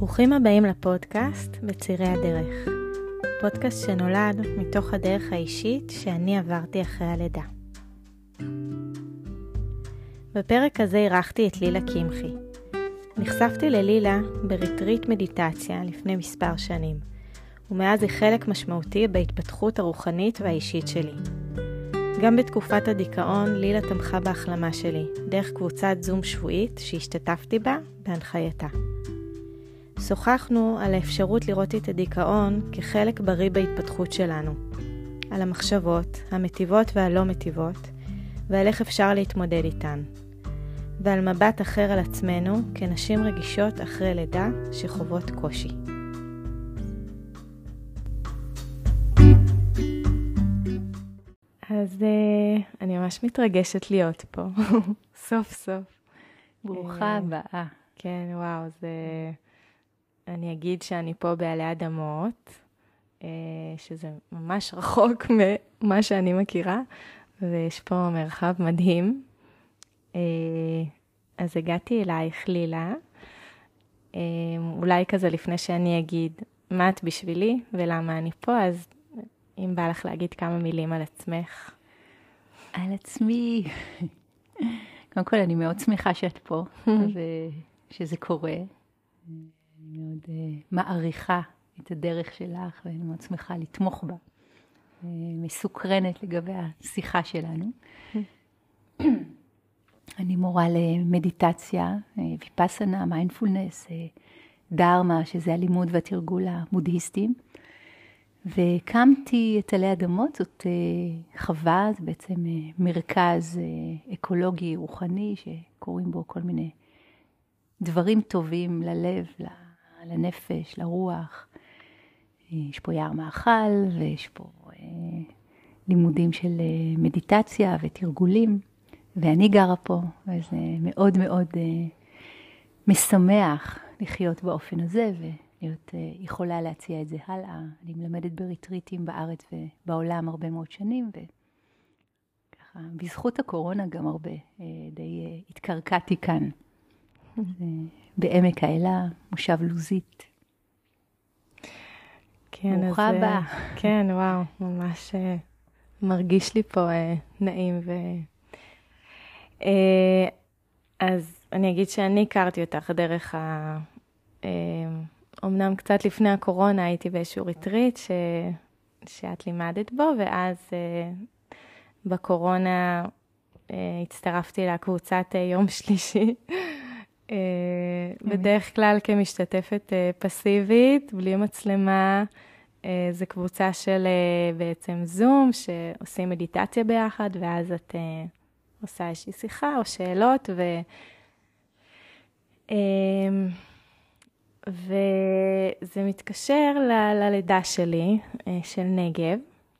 ברוכים הבאים לפודקאסט בצירי הדרך. פודקאסט שנולד מתוך הדרך האישית שאני עברתי אחרי הלידה. בפרק הזה אירחתי את לילה קמחי. נחשפתי ללילה בריטריט מדיטציה לפני מספר שנים, ומאז היא חלק משמעותי בהתפתחות הרוחנית והאישית שלי. גם בתקופת הדיכאון לילה תמכה בהחלמה שלי, דרך קבוצת זום שבועית שהשתתפתי בה בהנחייתה. שוחחנו על האפשרות לראות את הדיכאון כחלק בריא בהתפתחות שלנו, על המחשבות, המטיבות והלא מטיבות, ועל איך אפשר להתמודד איתן, ועל מבט אחר על עצמנו כנשים רגישות אחרי לידה שחוות קושי. אז אני ממש מתרגשת להיות פה, סוף סוף. ברוכה הבאה. כן, וואו, אני אגיד שאני פה בעלי אדמות, שזה ממש רחוק ממה שאני מכירה, ויש פה מרחב מדהים. אז הגעתי אלייך לילה, אולי כזה לפני שאני אגיד מה את בשבילי ולמה אני פה, אז אם בא לך להגיד כמה מילים על עצמך. על עצמי. קודם כל, אני מאוד שמחה שאת פה, ושזה קורה. אני מאוד מעריכה את הדרך שלך, ואני מאוד שמחה לתמוך בה. מסוקרנת לגבי השיחה שלנו. אני מורה למדיטציה, ויפאסנה, מיינדפולנס, דרמה, שזה הלימוד והתרגול הבודהיסטיים. והקמתי את עלי אדמות, זאת חווה, זה בעצם מרכז אקולוגי, רוחני, שקוראים בו כל מיני דברים טובים ללב, לנפש, לרוח. יש פה יער מאכל, ויש פה לימודים של מדיטציה ותרגולים, ואני גרה פה, וזה מאוד מאוד משמח לחיות באופן הזה, להיות יכולה להציע את זה הלאה. אני מלמדת בריטריטים בארץ ובעולם הרבה מאוד שנים, וככה, בזכות הקורונה גם הרבה, די התקרקעתי כאן. בעמק האלה, מושב לוזית. כן, ברוכה הבאה. כן, וואו, ממש מרגיש לי פה נעים. אז אני אגיד שאני הכרתי אותך דרך אמנם קצת לפני הקורונה הייתי באיזשהו ריטריט שאת לימדת בו, ואז בקורונה הצטרפתי לקבוצת יום שלישי, בדרך כלל כמשתתפת פסיבית, בלי מצלמה. זה קבוצה של בעצם זום, שעושים מדיטציה ביחד, ואז את עושה איזושהי שיחה או שאלות, וזה מתקשר ללידה שלי, של נגב,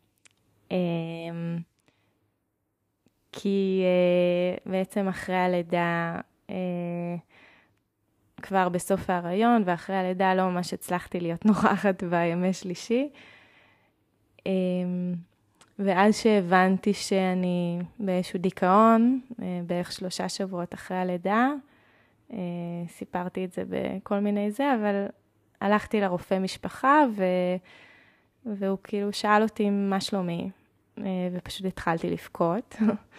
כי בעצם אחרי הלידה, כבר בסוף ההיריון, ואחרי הלידה לא ממש הצלחתי להיות נוכחת בימי שלישי. ואז שהבנתי שאני באיזשהו דיכאון, בערך 3 שבועות אחרי הלידה, סיפרתי את זה בכל מיני אבל הלכתי לרופא משפחה, והוא כאילו שאל אותי מה שלומי, ופשוט התחלתי לבכות.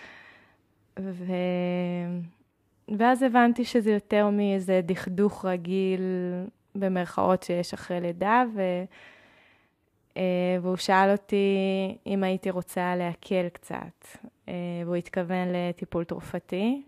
ואז הבנתי שזה יותר מאיזה דכדוך רגיל במרכאות שיש אחרי לידה, והוא שאל אותי אם הייתי רוצה להקל קצת, והוא התכוון לטיפול תרופתי.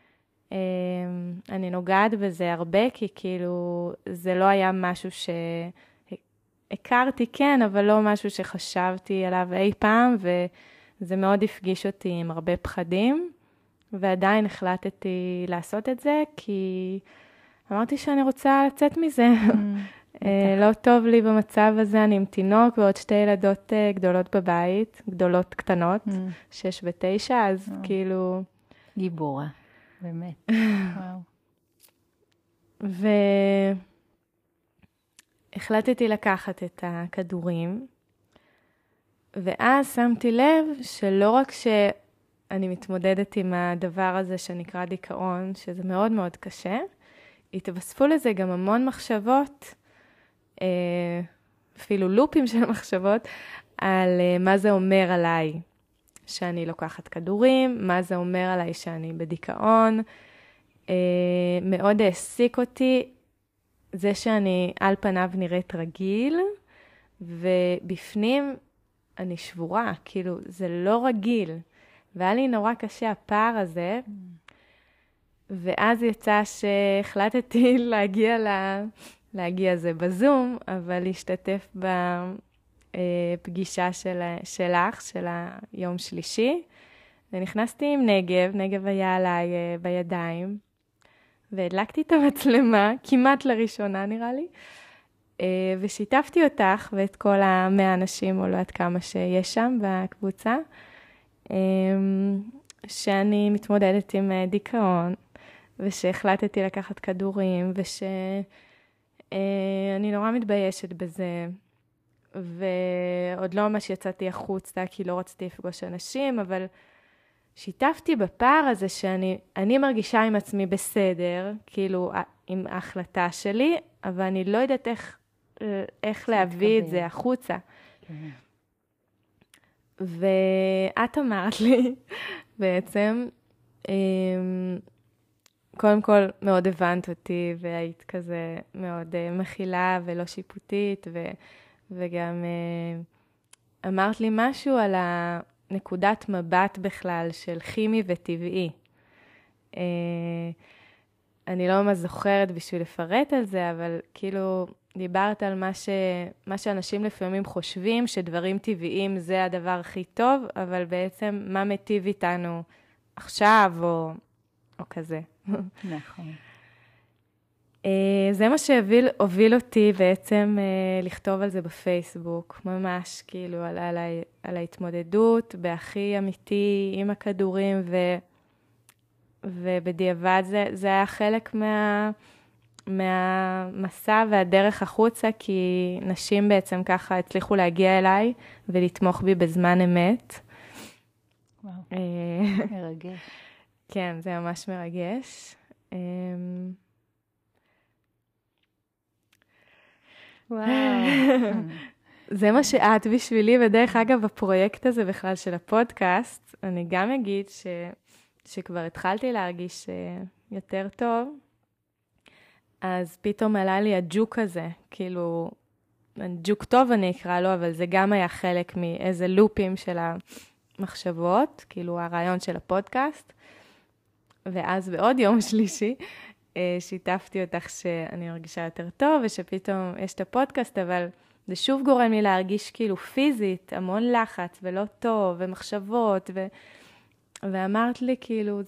אני נוגעת בזה הרבה, כי כאילו זה לא היה משהו שהכרתי, כן, אבל לא משהו שחשבתי עליו אי פעם, וזה מאוד הפגיש אותי עם הרבה פחדים, ועדיין החלטתי לעשות את זה, כי אמרתי שאני רוצה לצאת מזה. לא טוב לי במצב הזה, אני עם תינוק ועוד 2 ילדות גדולות בבית, גדולות קטנות, 6 ו9, אז כאילו... גיבורה, באמת. והחלטתי לקחת את הכדורים, ואז שמתי לב שלא רק שאני מתמודדת עם הדבר הזה שנקרא דיכאון, שזה מאוד מאוד קשה, התווספו לזה גם המון מחשבות, אפילו לופים של מחשבות, על מה זה אומר עליי שאני לוקחת כדורים, מה זה אומר עליי שאני בדיכאון. מאוד העסיק אותי זה שאני על פניו נראית רגיל, ובפנים אני שבורה, כאילו זה לא רגיל. והיה לי נורא קשה הפער הזה, ואז יצא שהחלטתי להגיע זה בזום, אבל להשתתף בפגישה שלך, של היום שלישי. ונכנסתי עם נגב היה עליי בידיים, והדלקתי את המצלמה, כמעט לראשונה נראה לי, ושיתפתי אותך ואת כל 100 אנשים, או לא יודעת כמה שיש שם בקבוצה, שאני מתמודדת עם דיכאון, ושהחלטתי לקחת כדורים, ושאני נורא מתביישת בזה, ועוד לא ממש יצאתי החוצה, כי לא רציתי לפגוש אנשים, אבל שיתפתי בפער הזה שאני מרגישה עם עצמי בסדר, כאילו עם ההחלטה שלי, אבל אני לא יודעת איך להביא את זה החוצה. ואת אמרת לי בעצם, קודם כל מאוד הבנת אותי, והיית כזה מאוד מכילה ולא שיפוטית, וגם אמרת לי משהו על נקודת מבט בכלל של כימי וטבעי. אני לא ממש זוכרת בשביל לפרט על זה, אבל כאילו דיברת על מה שאנשים לפעמים חושבים, שדברים טבעיים זה הדבר הכי טוב, אבל בעצם מה מטיב איתנו עכשיו או כזה. נכון. זה מה שהוביל אותי בעצם לכתוב על זה בפייסבוק, ממש כאילו על ההתמודדות, בהכי אמיתי עם הכדורים, ובדיעבד זה היה חלק מהמסע והדרך החוצה, כי נשים בעצם ככה הצליחו להגיע אליי ולתמוך בי בזמן אמת. וואו, מרגש. כן, זה ממש מרגש. וואו. זה מה שאת בשבילי, ודרך אגב, הפרויקט הזה בכלל של הפודקאסט, אני גם אגיד שכבר התחלתי להרגיש יותר טוב, אז פתאום עלה לי הג'וק הזה, כאילו, ג'וק טוב אני אקרא לו, אבל זה גם היה חלק מאיזה לופים של המחשבות, כאילו הרעיון של הפודקאסט, ואז בעוד יום שלישי, שיתפתי אותך שאני מרגישה יותר טוב, ושפתאום יש את הפודקאסט, אבל זה שוב גורם לי להרגיש כאילו פיזית, המון לחץ ולא טוב, ומחשבות, ואמרת לי כאילו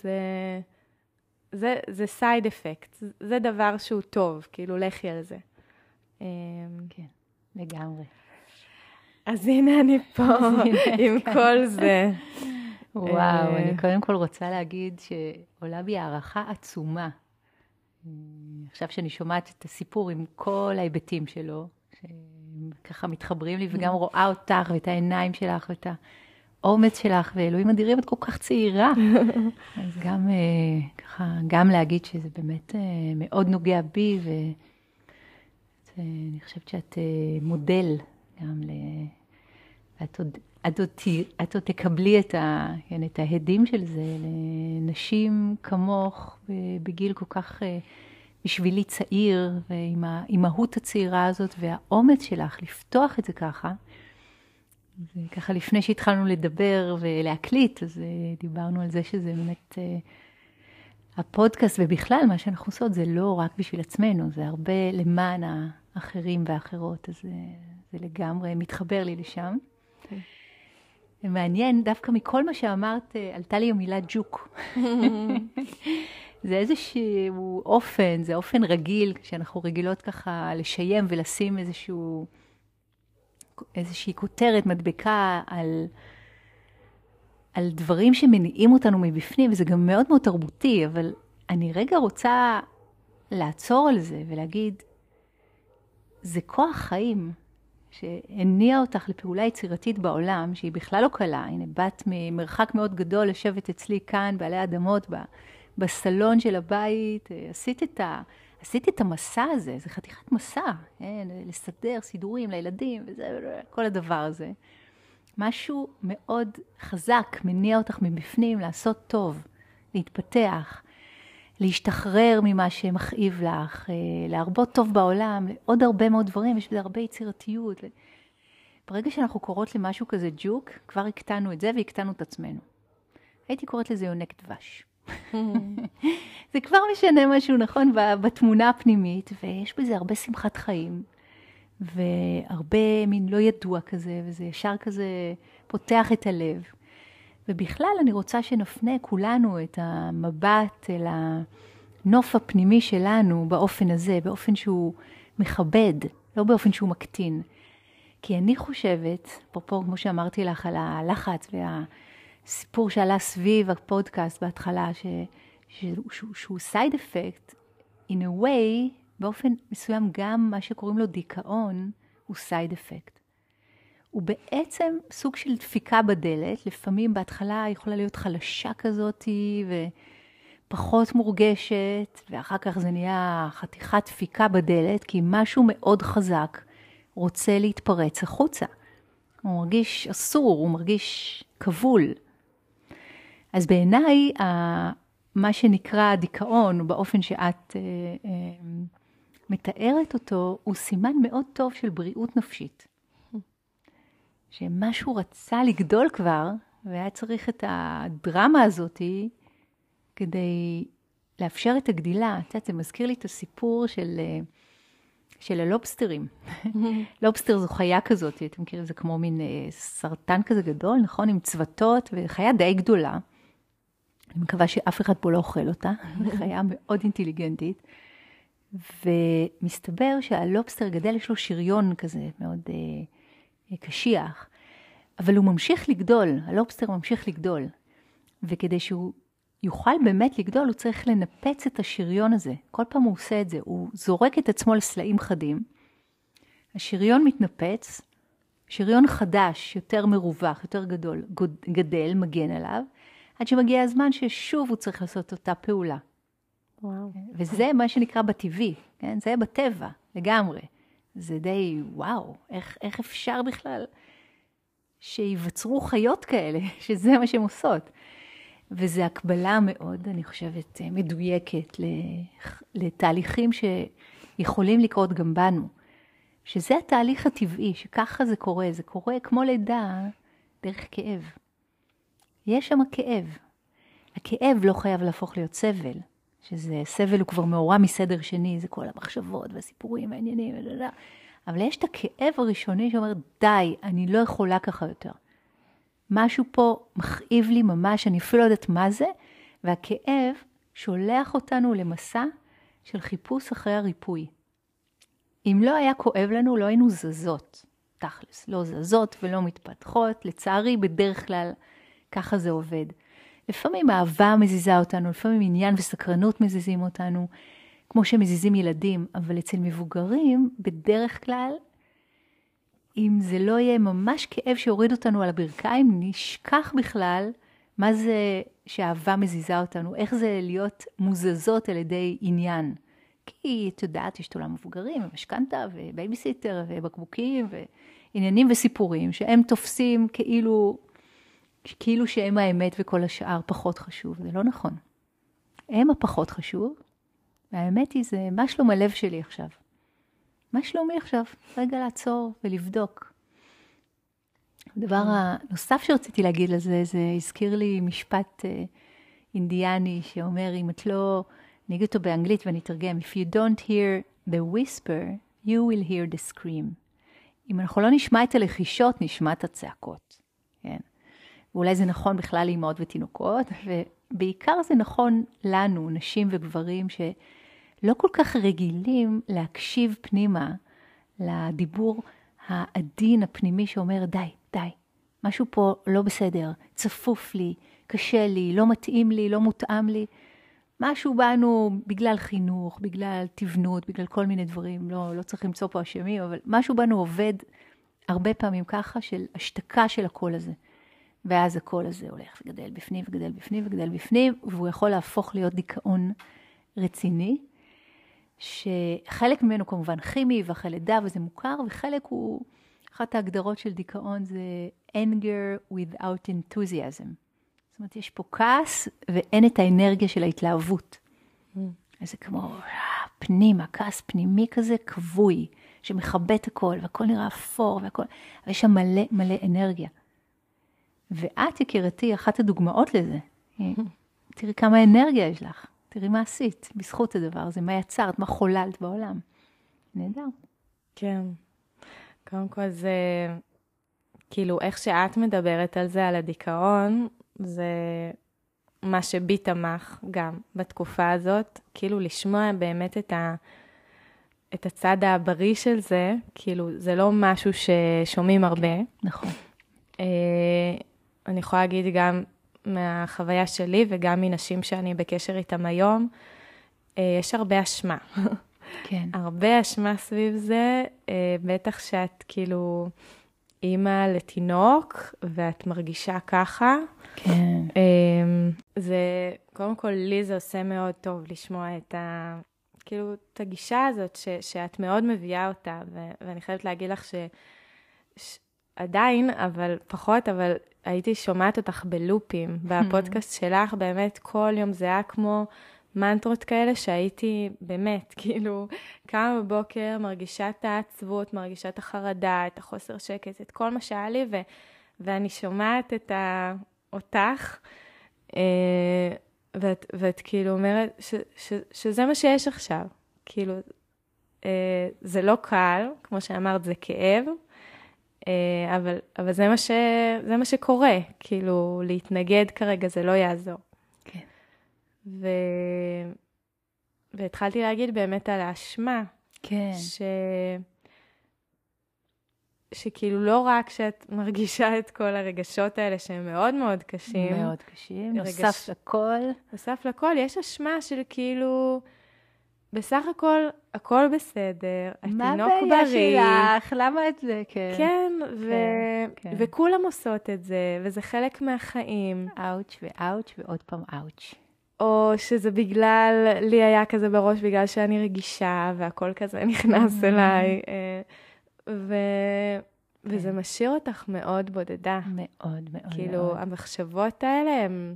זה סייד אפקט, זה דבר שהוא טוב, כאילו לכי על זה. כן, לגמרי. אז הנה אני פה עם כל זה. וואו, אני קודם כל רוצה להגיד שעולה בי הערכה עצומה. עכשיו שאני שומעת את הסיפור עם כל ההיבטים שלו, שככה מתחברים לי, וגם רואה אותך ואת העיניים שלך ואת האומץ שלך, ואלוהים אדירים, את כל כך צעירה. אז גם ככה, גם להגיד שזה באמת מאוד נוגע בי, ואני חושבת שאת מודל גם את עוד תקבלי את ההדים של זה לנשים כמוך בגיל כל כך בשבילי צעיר, ועם האימהות הצעירה הזאת והאומץ שלך לפתוח את זה ככה. וככה לפני שהתחלנו לדבר ולהקליט, אז דיברנו על זה שזה באמת הפודקאסט, ובכלל מה שאנחנו עושות זה לא רק בשביל עצמנו, זה הרבה למען האחרים והאחרות, אז זה לגמרי מתחבר לי לשם. מעניין, דווקא מכל מה שאמרת, עלתה לי המילה ג'וק. זה איזשהו אופן, זה אופן רגיל, שאנחנו רגילות ככה לשיים ולשים איזושהי כותרת, מדבקה על דברים שמניעים אותנו מבפנים, וזה גם מאוד מאוד תרבותי, אבל אני רגע רוצה לעצור על זה ולהגיד, זה כוח חיים. שהניע אותך לפעולה יצירתית בעולם, שהיא בכלל לא קלה. הנה, בת ממרחק מאוד גדול לשבת אצלי כאן, בעלי אדמות, בסלון של הבית. עשית את עשיתי את המסע הזה, זה חתיכת מסע, לסדר סידורים לילדים, וזה, כל הדבר הזה. משהו מאוד חזק, מניע אותך מבפנים, לעשות טוב, להתפתח, להשתחרר ממה שמכאיב לך, להרבות טוב בעולם, לעוד הרבה מאוד דברים, יש בזה הרבה יצירתיות. ברגע שאנחנו קוראות למשהו כזה ג'וק, כבר הקטנו את זה והקטנו את עצמנו. הייתי קוראת לזה יונק דבש. זה כבר משנה משהו, נכון, בתמונה הפנימית, ויש בזה הרבה שמחת חיים, והרבה מין לא ידוע כזה, וזה ישר כזה פותח את הלב. ובכלל אני רוצה שנפנה כולנו את המבט אל הנוף הפנימי שלנו באופן הזה, באופן שהוא מכבד, לא באופן שהוא מקטין. כי אני חושבת, פה כמו שאמרתי לך על הלחץ והסיפור שעלה סביב הפודקאסט בהתחלה, שהוא side effect, in a way, באופן מסוים גם מה שקוראים לו דיכאון, הוא side effect. הוא בעצם סוג של דפיקה בדלת, לפעמים בהתחלה יכולה להיות חלשה כזאת ופחות מורגשת, ואחר כך זה נהיה חתיכת דפיקה בדלת, כי משהו מאוד חזק רוצה להתפרץ החוצה. הוא מרגיש אסור, הוא מרגיש כבול. אז בעיניי, מה שנקרא דיכאון, באופן שאת מתארת אותו, הוא סימן מאוד טוב של בריאות נפשית. שמשהו רצה לגדול כבר, והיה צריך את הדרמה הזאת כדי לאפשר את הגדילה. את יודעת, זה מזכיר לי את הסיפור של הלובסטרים. לובסטר זו חיה כזאת, אתם מכירים, זה כמו מין סרטן כזה גדול, נכון? עם צוותות, וחיה די גדולה. אני מקווה שאף אחד פה לא אוכל אותה. חיה מאוד אינטליגנטית. ומסתבר שהלובסטר גדל, יש לו שריון כזה מאוד קשיח. אבל הוא ממשיך לגדול, הלובסטר ממשיך לגדול. וכדי שהוא יוכל באמת לגדול, הוא צריך לנפץ את השריון הזה. כל פעם הוא עושה את זה, הוא זורק את עצמו לסלעים חדים. השריון מתנפץ, שריון חדש, יותר מרווח, יותר גדל, מגן עליו, עד שמגיע הזמן ששוב הוא צריך לעשות אותה פעולה. וואו. וזה מה שנקרא בטבעי, כן? זה בטבע, לגמרי. זה די, וואו, איך אפשר בכלל שיווצרו חיות כאלה, שזה מה שהן עושות. וזו הקבלה מאוד, אני חושבת, מדויקת לתהליכים שיכולים לקרות גם בנו. שזה התהליך הטבעי, שככה זה קורה כמו לידה דרך כאב. יש שם כאב. הכאב לא חייב להפוך להיות סבל, שזה סבל הוא כבר מאורע מסדר שני, זה כל המחשבות והסיפורים והעניינים, אבל יש את הכאב הראשוני שאומר, די, אני לא יכולה ככה יותר. משהו פה מכאיב לי ממש, אני אפילו לא יודעת מה זה, והכאב שולח אותנו למסע של חיפוש אחרי הריפוי. אם לא היה כואב לנו, לא היינו זזות, תכלס, לא זזות ולא מתפתחות, לצערי בדרך כלל ככה זה עובד. לפעמים אהבה מזיזה אותנו, לפעמים עניין וסקרנות מזיזים אותנו, כמו שמזיזים ילדים, אבל אצל מבוגרים בדרך כלל, אם זה לא יהיה ממש כאב שהוריד אותנו על הברכיים, נשכח בכלל מה זה שהאהבה מזיזה אותנו, איך זה להיות מוזזות על ידי עניין. כי את יודעת, יש תולה מבוגרים, משכנתה ובייביסיטר ובקבוקים ועניינים וסיפורים, שהם תופסים כאילו שהם האמת וכל השאר פחות חשוב. זה לא נכון. הם הפחות חשוב, והאמת היא זה מה שלום הלב שלי עכשיו. מה שלומי עכשיו? רגע לעצור ולבדוק. הדבר הנוסף שרציתי להגיד לזה, זה הזכיר לי משפט אינדיאני שאומר, אם את לא, אני אגיד אותו באנגלית ואני אתרגם, If you don't hear the whisper, you will hear the scream. אם אנחנו לא נשמע את הלחישות, נשמע את הצעקות. כן? ואולי זה נכון בכלל לאמהות ותינוקות, ובעיקר זה נכון לנו, נשים וגברים, שלא כל כך רגילים להקשיב פנימה לדיבור העדין הפנימי שאומר, די, משהו פה לא בסדר, צפוף לי, קשה לי, לא מתאים לי, לא מותאם לי. משהו בנו בגלל חינוך, בגלל תבנות, בגלל כל מיני דברים, לא צריך למצוא פה אשמים, אבל משהו בנו עובד הרבה פעמים ככה של השתקה של הקול הזה. ואז הקול הזה הולך וגדל בפנים וגדל בפנים וגדל בפנים, והוא יכול להפוך להיות דיכאון רציני, שחלק ממנו כמובן כימי ואחרי לידה וזה מוכר, וחלק הוא, אחת ההגדרות של דיכאון זה anger without enthusiasm. זאת אומרת, יש פה כעס ואין את האנרגיה של ההתלהבות. אז זה כמו פנימה, כעס פנימי כזה כבוי, שמכבה את הכל, והכל נראה אפור, והכל, ויש שם מלא מלא אנרגיה. ואת, יקירתי, אחת הדוגמאות לזה. תראי כמה אנרגיה יש לך. תראי מה עשית, בזכות הדבר הזה, מה יצרת, מה חוללת בעולם. נהדר. כן. קודם כל זה, כאילו, איך שאת מדברת על זה, על הדיכאון, זה מה שבי תמך גם בתקופה הזאת, כאילו לשמוע באמת את הצד הבריא של זה, כאילו, זה לא משהו ששומעים הרבה. נכון. אני יכולה להגיד גם מהחוויה שלי וגם מנשים שאני בקשר איתם היום, יש הרבה אשמה. כן. הרבה אשמה סביב זה, בטח שאת כאילו אימא לתינוק ואת מרגישה ככה. כן. זה, קודם כל לי זה עושה מאוד טוב לשמוע כאילו את הגישה הזאת שאת מאוד מביאה אותה, ואני חייבת להגיד לך עדיין, אבל פחות, אבל הייתי שומעת אותך בלופים, בפודקאסט שלך, באמת כל יום זה היה כמו מנטרות כאלה שהייתי באמת, כאילו, קמה בבוקר, מרגישה את העצבות, מרגישה את החרדה, את החוסר שקט, את כל מה שהיה לי, ואני שומעת אותך, ואת כאילו אומרת שזה מה שיש עכשיו. כאילו, זה לא קל, כמו שאמרת, זה כאב, אבל זה מה שקורה, כאילו, להתנגד כרגע זה לא יעזור. כן. והתחלתי להגיד באמת על האשמה. כן. שכאילו לא רק שאת מרגישה את כל הרגשות האלה שהם מאוד מאוד קשים. מאוד קשים. נוסף לכל, יש אשמה של כאילו, בסך הכל בסדר, התינוק בריא. מה הבעיה שלך? למה את זה? כן. כן, כן. וכולם עושות את זה, וזה חלק מהחיים. אאוץ' ואאוץ' ועוד פעם אאוץ'. או שזה בגלל, לי היה כזה בראש בגלל שאני רגישה, והכל כזה נכנס אליי. וזה משאיר אותך מאוד בודדה. מאוד, מאוד. כאילו, המחשבות האלה הם...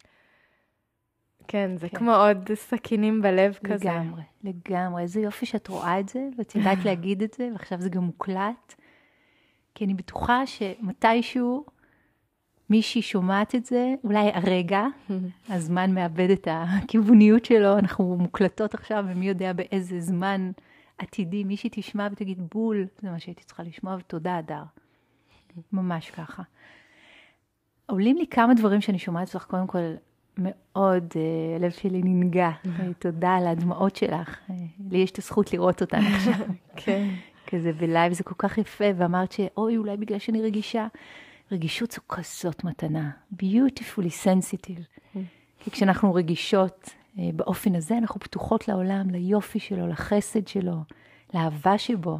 כן, זה כמו עוד סכינים בלב כזה. לגמרי, לגמרי. איזה יופי שאת רואה את זה, ואת יודעת להגיד את זה, ועכשיו זה גם מוקלט. כי אני בטוחה שמתישהו מישהי שומעת את זה, אולי הרגע, הזמן מאבד את הכיווניות שלו, אנחנו מוקלטות עכשיו, ומי יודע באיזה זמן עתידי, מישהי תשמע ותגיד בול, זה מה שהייתי צריכה לשמוע, ותודה אדר. ממש ככה. עולים לי כמה דברים שאני שומעת אצלך, קודם כל, מאוד, הלב שלי ננגע. תודה על הדמעות שלך. לי יש את הזכות לראות אותן עכשיו. כן. כזה בלייב, זה כל כך יפה, ואמרת שאוי, אולי בגלל שאני רגישה. רגישות זו כזאת מתנה. Beautifully sensitive. כי כשאנחנו רגישות באופן הזה, אנחנו פתוחות לעולם, ליופי שלו, לחסד שלו, לאהבה שבו.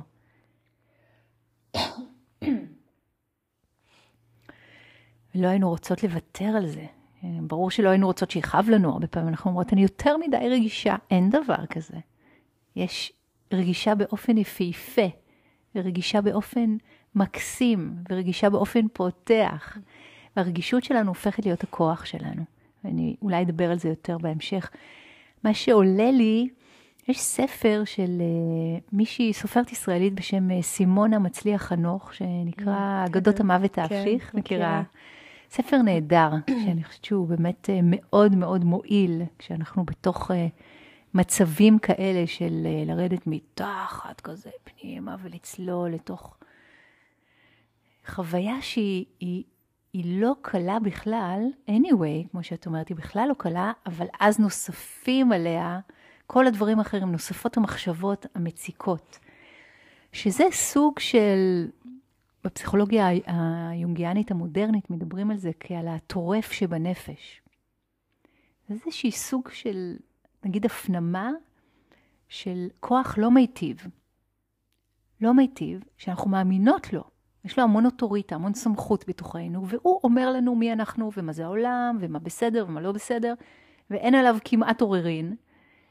ולא היינו רוצות לוותר על זה. ברור שלא היינו רוצות שיחב לנו הרבה פעמים. אנחנו אומרות, אני יותר מדי רגישה. אין דבר כזה. יש רגישה באופן יפהפה, ורגישה באופן מקסים, ורגישה באופן פותח. והרגישות שלנו הופכת להיות הכוח שלנו. ואני אולי אדבר על זה יותר בהמשך. מה שעולה לי, יש ספר של מישהי, סופרת ישראלית בשם סימונה מצליח חנוך, שנקרא אגדות המוות ההפיך. מכירה? ספר נהדר, שאני חושבת שהוא באמת מאוד מאוד מועיל, כשאנחנו בתוך מצבים כאלה של לרדת מתחת כזה פנימה ולצלול לתוך חוויה שהיא לא קלה בכלל, anyway, כמו שאת אומרת, היא בכלל לא קלה, אבל אז נוספים עליה כל הדברים האחרים, נוספות המחשבות המציקות, שזה סוג של... בפסיכולוגיה היונגיאנית המודרנית מדברים על זה כעל הטורף שבנפש. זה איזושהי סוג של, נגיד, הפנמה של כוח לא מיטיב. לא מיטיב, שאנחנו מאמינות לו. יש לו המון אוטוריטה, המון סמכות בתוכנו, והוא אומר לנו מי אנחנו ומה זה העולם, ומה בסדר ומה לא בסדר, ואין עליו כמעט עוררין.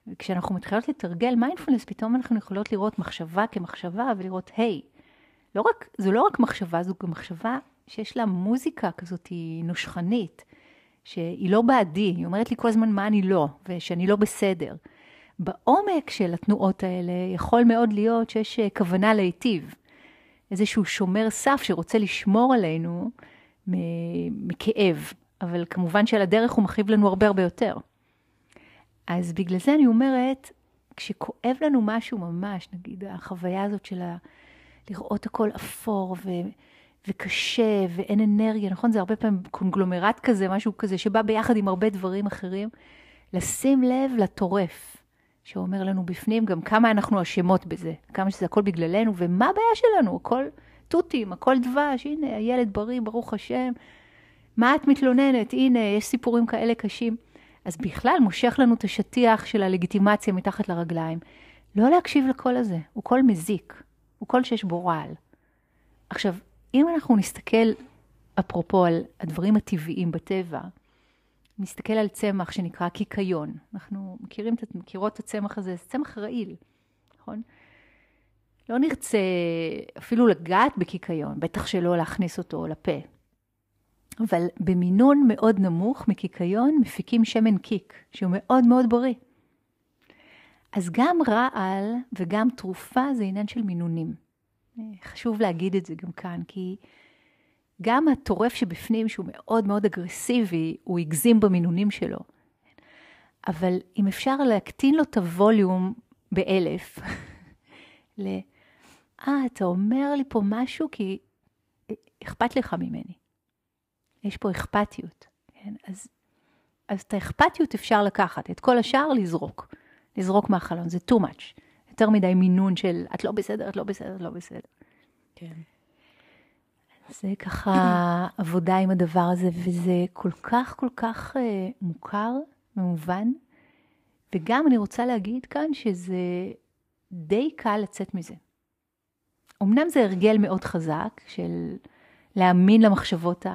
וכשאנחנו מתחילות לתרגל מיינדפולנס, פתאום אנחנו יכולות לראות מחשבה כמחשבה, ולראות, היי, זו לא רק מחשבה, זו גם מחשבה שיש לה מוזיקה כזאת נושכנית, שהיא לא בעדי, היא אומרת לי כל הזמן מה אני לא, ושאני לא בסדר. בעומק של התנועות האלה יכול מאוד להיות שיש כוונה להיטיב. איזשהו שומר סף שרוצה לשמור עלינו מכאב, אבל כמובן שעל הדרך הוא מכאיב לנו הרבה הרבה יותר. אז בגלל זה אני אומרת, כשכואב לנו משהו ממש, נגיד החוויה הזאת של לראות הכל אפור וקשה ואין אנרגיה, נכון? זה הרבה פעמים קונגלומרט כזה, משהו כזה שבא ביחד עם הרבה דברים אחרים, לשים לב לטורף, שאומר לנו בפנים גם כמה אנחנו אשמות בזה, כמה שזה הכל בגללנו, ומה הבעיה שלנו? הכל טוטים, הכל דבש, הנה הילד בריא, ברוך השם, מה את מתלוננת? הנה, יש סיפורים כאלה קשים. אז בכלל מושך לנו את השטיח של הלגיטימציה מתחת לרגליים. לא להקשיב לקול הזה, הוא קול מזיק, הוא קול שיש בו רעל. עכשיו, אם אנחנו נסתכל, אפרופו על הדברים הטבעיים בטבע, נסתכל על צמח שנקרא קיקיון. אנחנו מכירות את הצמח הזה, זה צמח רעיל, נכון? לא נרצה אפילו לגעת בקיקיון, בטח שלא להכניס אותו לפה. אבל במינון מאוד נמוך מקיקיון מפיקים שמן קיק, שהוא מאוד מאוד בריא. אז גם רעל וגם תרופה זה עניין של מינונים. חשוב להגיד את זה גם כאן, כי גם הטורף שבפנים, שהוא מאוד מאוד אגרסיבי, הוא יגזים במינונים שלו. אבל אם אפשר להקטין לו את הווליום ב1000, אתה אומר לי פה משהו כי אכפת לך ממני. יש פה אכפתיות. כן? אז את האכפתיות אפשר לקחת, את כל השאר לזרוק מהחלון, זה too much. יותר מדי מינון של את לא בסדר, את לא בסדר, את לא בסדר. כן. זה ככה עבודה עם הדבר הזה, וזה כל כך כל כך מוכר, ממובן, וגם אני רוצה להגיד כאן שזה די קל לצאת מזה. אמנם זה הרגל מאוד חזק של להאמין למחשבות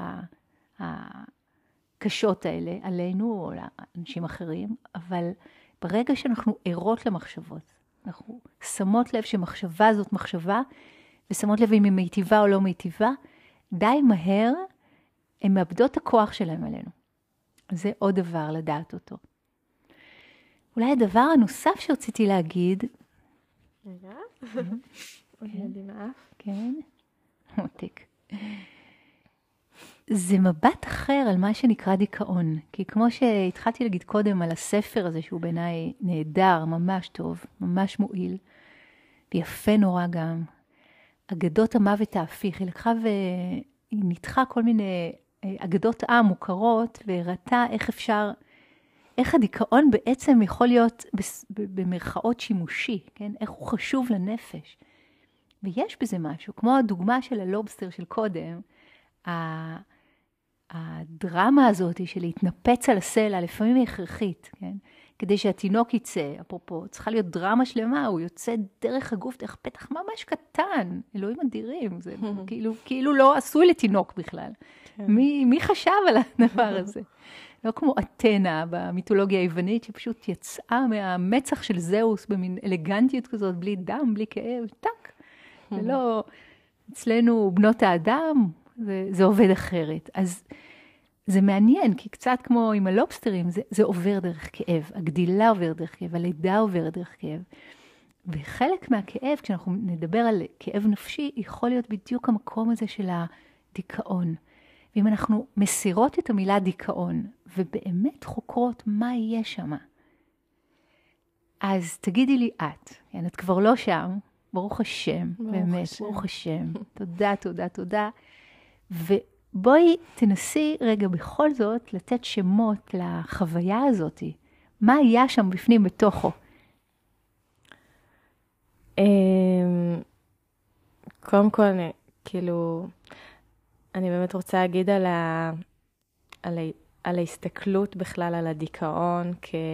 הקשות האלה עלינו או לאנשים אחרים, אבל ברגע שאנחנו ערות למחשבות, אנחנו שמות לב שמחשבה זאת מחשבה, ושמות לב אם היא מיטיבה או לא מיטיבה, די מהר הן מאבדות את הכוח שלהם עלינו. זה עוד דבר לדעת אותו. אולי הדבר הנוסף שרציתי להגיד, רגע, עוד יודעים אף. כן, מותק. זה מבט אחר על מה שנקרא דיכאון. כי כמו שהתחלתי להגיד קודם על הספר הזה, שהוא בעיניי נהדר, ממש טוב, ממש מועיל, ויפה נורא גם, אגדות המוות ההפיך, היא לקחה והיא ניתחה כל מיני אגדות עם מוכרות, והראתה איך הדיכאון בעצם יכול להיות במרכאות שימושי, כן? איך הוא חשוב לנפש. ויש בזה משהו, כמו הדוגמה של הלובסטר של קודם, הדרמה הזאת של להתנפץ על הסלע, לפעמים היא הכרחית, כן? כדי שהתינוק יצא, אפרופו, צריכה להיות דרמה שלמה, הוא יוצא דרך הגוף, דרך פתח ממש קטן, אלוהים אדירים, זה כאילו לא עשוי לתינוק בכלל. מי חשב על הדבר הזה? לא כמו אתנה במיתולוגיה היוונית, שפשוט יצאה מהמצח של זהוס במין אלגנטיות כזאת, בלי דם, בלי כאב, טק. ולא, אצלנו בנות האדם, זה עובד אחרת. אז זה מעניין, כי קצת כמו עם הלובסטרים, זה עובר דרך כאב. הגדילה עובר דרך כאב, הלידה עובר דרך כאב. וחלק מהכאב, כשאנחנו נדבר על כאב נפשי, יכול להיות בדיוק המקום הזה של הדיכאון. ואם אנחנו מסירות את המילה דיכאון, ובאמת חוקרות מה יהיה שם, אז תגידי לי את כבר לא שם, ברוך השם, באמת, ברוך השם. תודה, תודה, תודה. ובואי תנסי רגע בכל זאת לתת שמות לחוויה הזאת. מה היה שם בפנים בתוכו? קודם כל, כאילו, אני באמת רוצה להגיד על ההסתכלות בכלל על הדיכאון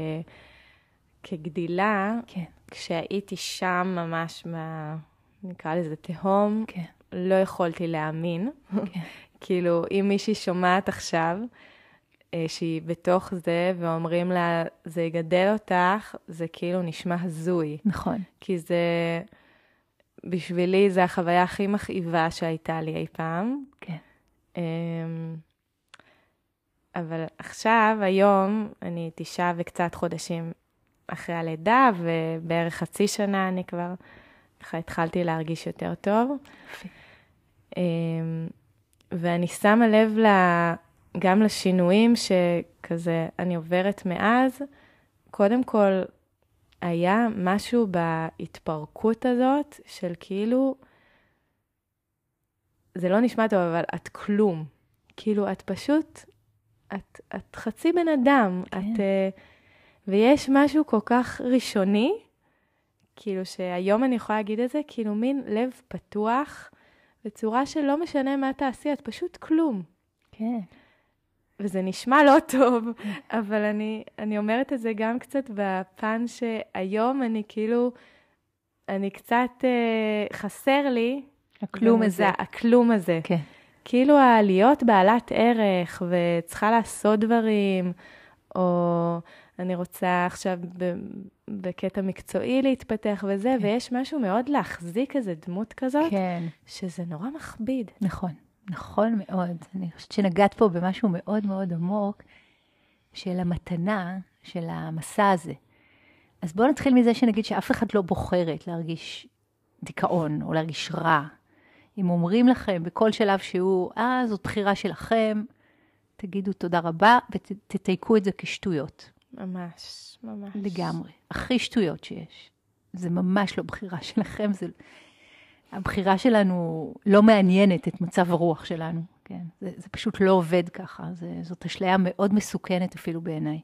כגדילה. כן. כשהייתי שם ממש נקרא לזה תהום, כן. לא יכולתי להאמין. כן. כאילו, אם מישהי שומעת עכשיו, שהיא בתוך זה, ואומרים לה, זה יגדל אותך, זה כאילו נשמע הזוי. נכון. כי זה, בשבילי, זה החוויה הכי מכאיבה שהייתה לי אי פעם. כן. אבל עכשיו, היום, אני 9 וקצת חודשים אחרי הלידה, ובערך חצי שנה אני כבר ככה התחלתי להרגיש יותר טוב. ואני שמה לב גם לשינויים שכזה אני עוברת מאז. קודם כל, היה משהו בהתפרקות הזאת של כאילו, זה לא נשמע טוב, אבל את כלום. כאילו, את פשוט, את חצי בן אדם. כן. ויש משהו כל כך ראשוני, כאילו שהיום אני יכולה להגיד את זה, כאילו מין לב פתוח, בצורה שלא משנה מה תעשי, את פשוט כלום. כן. וזה נשמע לא טוב, אבל אני אומרת את זה גם קצת בפן שהיום אני כאילו, אני קצת חסר לי. הכלום הזה. הכלום הזה. כן. כאילו להיות בעלת ערך וצריכה לעשות דברים, או אני רוצה עכשיו בקטע מקצועי להתפתח וזה, כן. ויש משהו מאוד להחזיק איזה דמות כזאת, כן. שזה נורא מכביד. נכון, נכון מאוד. אני חושבת שנגעת פה במשהו מאוד מאוד עמוק, של המתנה, של המסע הזה. אז בואו נתחיל מזה שנגיד שאף אחד לא בוחרת להרגיש דיכאון, או להרגיש רע. אם אומרים לכם בכל שלב שהוא, זאת בחירה שלכם, תגידו תודה רבה, ותתייקו את זה כשטויות. ממש, ממש. לגמרי. הכי שטויות שיש. זה ממש לא בחירה שלכם. הבחירה שלנו לא מעניינת את מצב הרוח שלנו. כן? זה פשוט לא עובד ככה. זאת אשליה מאוד מסוכנת אפילו בעיניי.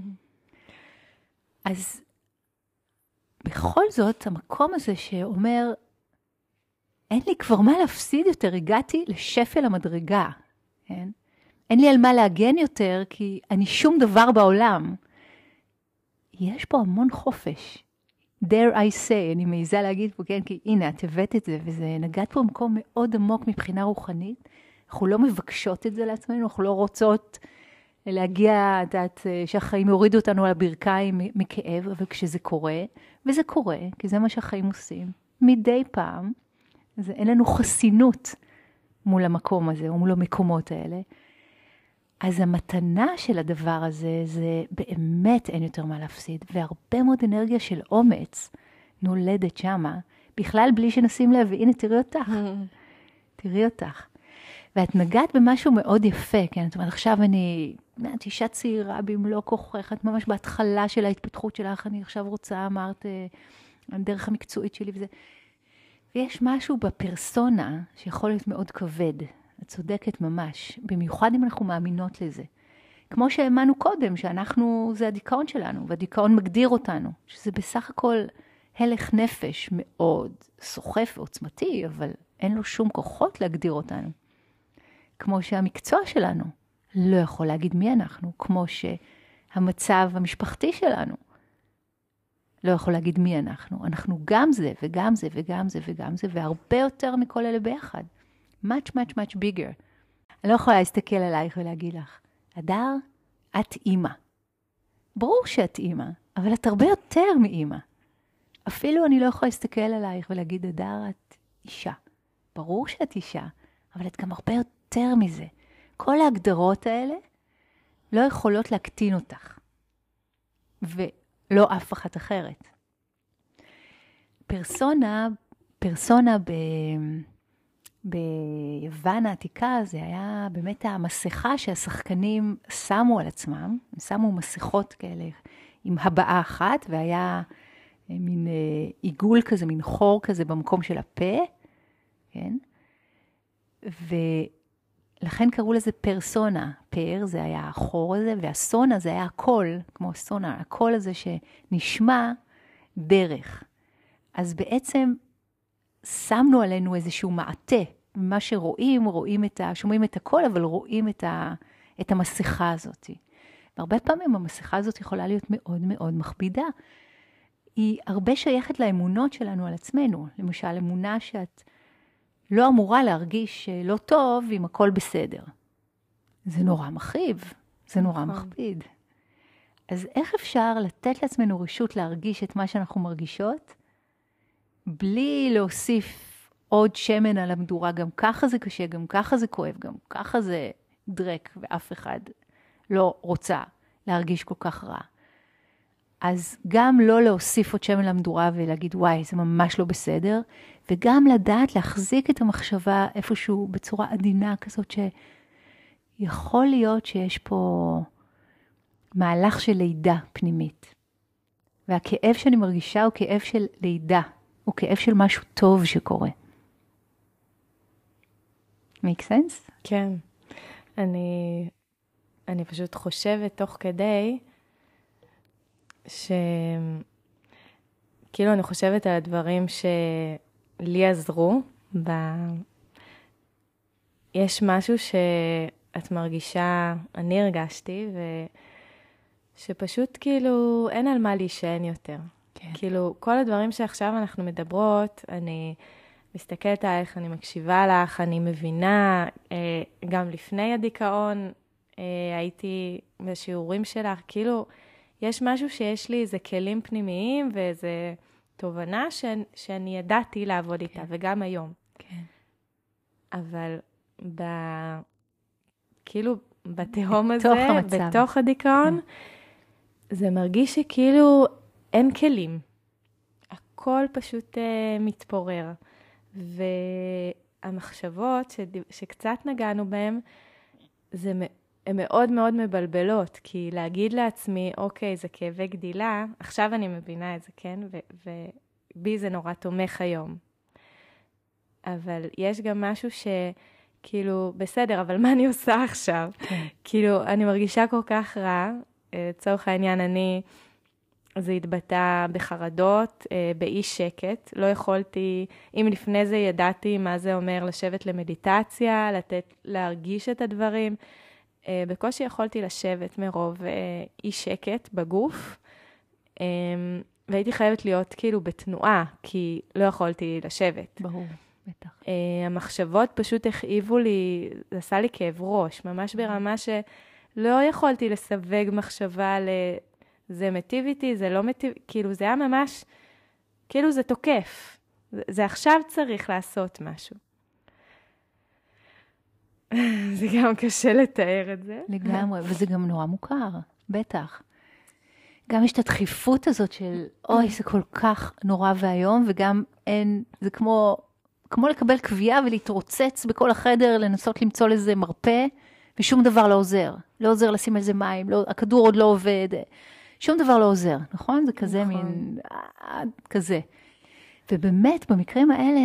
אז בכל זאת, המקום הזה שאומר, אין לי כבר מה להפסיד יותר, הגעתי לשפל המדרגה. כן? אין לי על מה להגן יותר, כי אני שום דבר בעולם. יש פה המון חופש. Dare I say, אני מעיזה להגיד פה, כן, כי הנה, את הבאת את זה, וזה נגעת פה במקום מאוד עמוק מבחינה רוחנית. אנחנו לא מבקשות את זה לעצמנו, אנחנו לא רוצות להגיע, שהחיים יורידו אותנו על הברכיים מכאב, אבל כשזה קורה, וזה קורה, כי זה מה שהחיים עושים, מדי פעם, אז אין לנו חסינות מול המקום הזה, או מול המקומות האלה. אז המתנה של הדבר הזה, זה באמת אין יותר מה להפסיד, והרבה מאוד אנרגיה של אומץ נולדת שמה, בכלל בלי שנשים לב, והנה תראי אותך, תראי אותך. ואת נגעת במשהו מאוד יפה, כן? זאת אומרת, עכשיו אני אישה צעירה במלוא כוחך, את ממש בהתחלה של ההתפתחות שלך, אני עכשיו רוצה, אמרת, הדרך המקצועית שלי וזה. ויש משהו בפרסונה שיכול להיות מאוד כבד. את צודקת ממש, במיוחד אם אנחנו מאמינות לזה. כמו שהאמנו קודם, שאנחנו, זה הדיכאון שלנו, והדיכאון מגדיר אותנו, שזה בסך הכל הלך נפש מאוד סוחף ועוצמתי, אבל אין לו שום כוחות להגדיר אותנו. כמו שהמקצוע שלנו לא יכול להגיד מי אנחנו, כמו שהמצב המשפחתי שלנו לא יכול להגיד מי אנחנו. אנחנו גם זה וגם זה וגם זה וגם זה, והרבה יותר מכל אלה ביחד. much, much, much bigger. אני לא יכולה להסתכל עלייך ולהגיד לך, הדר, את אימא. ברור שאת אימא, אבל את הרבה יותר מאימא. אפילו אני לא יכולה להסתכל עלייך ולהגיד, הדר, את אישה. ברור שאת אישה, אבל את גם הרבה יותר מזה. כל ההגדרות האלה לא יכולות להקטין אותך. ולא אף אחת אחרת. פרסונה ביוון העתיקה זה היה באמת המסכה שהשחקנים שמו על עצמם. הם שמו מסכות כאלה עם הבעה אחת, והיה מין עיגול כזה, מין חור כזה במקום של הפה. כן? ולכן קראו לזה פרסונה. פר זה היה החור הזה, והסונה זה היה הקול, כמו סונה, הקול הזה שנשמע דרך. אז בעצם שמנו עלינו איזשהו מעטה. מה שרואים, שומעים את הקול, אבל רואים את המסכה הזאת. והרבה פעמים המסכה הזאת יכולה להיות מאוד מאוד מכבידה. היא הרבה שייכת לאמונות שלנו על עצמנו. למשל, אמונה שאת לא אמורה להרגיש לא טוב אם הכל בסדר. זה נורא מכאיב. זה נורא מכביד. אז איך אפשר לתת לעצמנו רשות להרגיש את מה שאנחנו מרגישות, בלי להוסיף עוד שמן על המדורה, גם ככה זה קשה, גם ככה זה כואב, גם ככה זה דרק, ואף אחד לא רוצה להרגיש כל כך רע. אז גם לא להוסיף עוד שמן למדורה ולהגיד, וואי, זה ממש לא בסדר, וגם לדעת להחזיק את המחשבה איפשהו בצורה עדינה כזאת, שיכול להיות שיש פה מהלך של לידה פנימית. והכאב שאני מרגישה הוא כאב של לידה, הוא כאב של משהו טוב שקורה. make sense? כן. אני פשוט חושבת תוך כדי, כאילו אני חושבת על הדברים שלי עזרו, יש משהו שאת מרגישה, אני הרגשתי, שפשוט כאילו אין על מה להישען יותר. כן. כאילו כל הדברים שעכשיו אנחנו מדברות, אני מסתכלת עליך, אני מקשיבה לך, אני מבינה, גם לפני הדיכאון הייתי בשיעורים שלך, כאילו יש משהו שיש לי איזה כלים פנימיים ואיזה תובנה שאני ידעתי לעבוד איתה, כן. וגם היום. כן. אבל כאילו בתהום הזה, בתוך הדיכאון, זה מרגיש שכאילו אין כלים. הכל פשוט מתפורר. והמחשבות שקצת נגענו בהן, הן מאוד מאוד מבלבלות, כי להגיד לעצמי, אוקיי, זה כאבי גדילה, עכשיו אני מבינה את זה, כן? ובי זה נורא תומך היום. אבל יש גם משהו שכאילו, בסדר, אבל מה אני עושה עכשיו? כאילו, אני מרגישה כל כך רע, לצורך העניין, זה התבטא בחרדות, באי שקט. לא יכולתי, אם לפני זה ידעתי מה זה אומר לשבת למדיטציה, להרגיש את הדברים, בקושי יכולתי לשבת מרוב אי שקט בגוף, והייתי חייבת להיות כאילו בתנועה, כי לא יכולתי לשבת. ברור, בטח. המחשבות פשוט הכאיבו לי, זה עשה לי כאב ראש, ממש ברמה שלא יכולתי לסווג מחשבה זה מטיב איתי, זה לא מטיב, כאילו זה היה ממש, כאילו זה תוקף. זה עכשיו צריך לעשות משהו. זה גם קשה לתאר את זה. לגמרי, וזה גם נורא מוכר, בטח. גם יש את הדחיפות הזאת של, אוי, זה כל כך נורא והיום, וגם אין, זה כמו לקבל קביעה ולהתרוצץ בכל החדר, לנסות למצוא לזה מרפא, ושום דבר לא עוזר. לא עוזר לשים על זה מים, הכדור עוד לא עובד, שום דבר לא עוזר, נכון? זה כזה נכון. מין, כזה. ובאמת, במקרים האלה,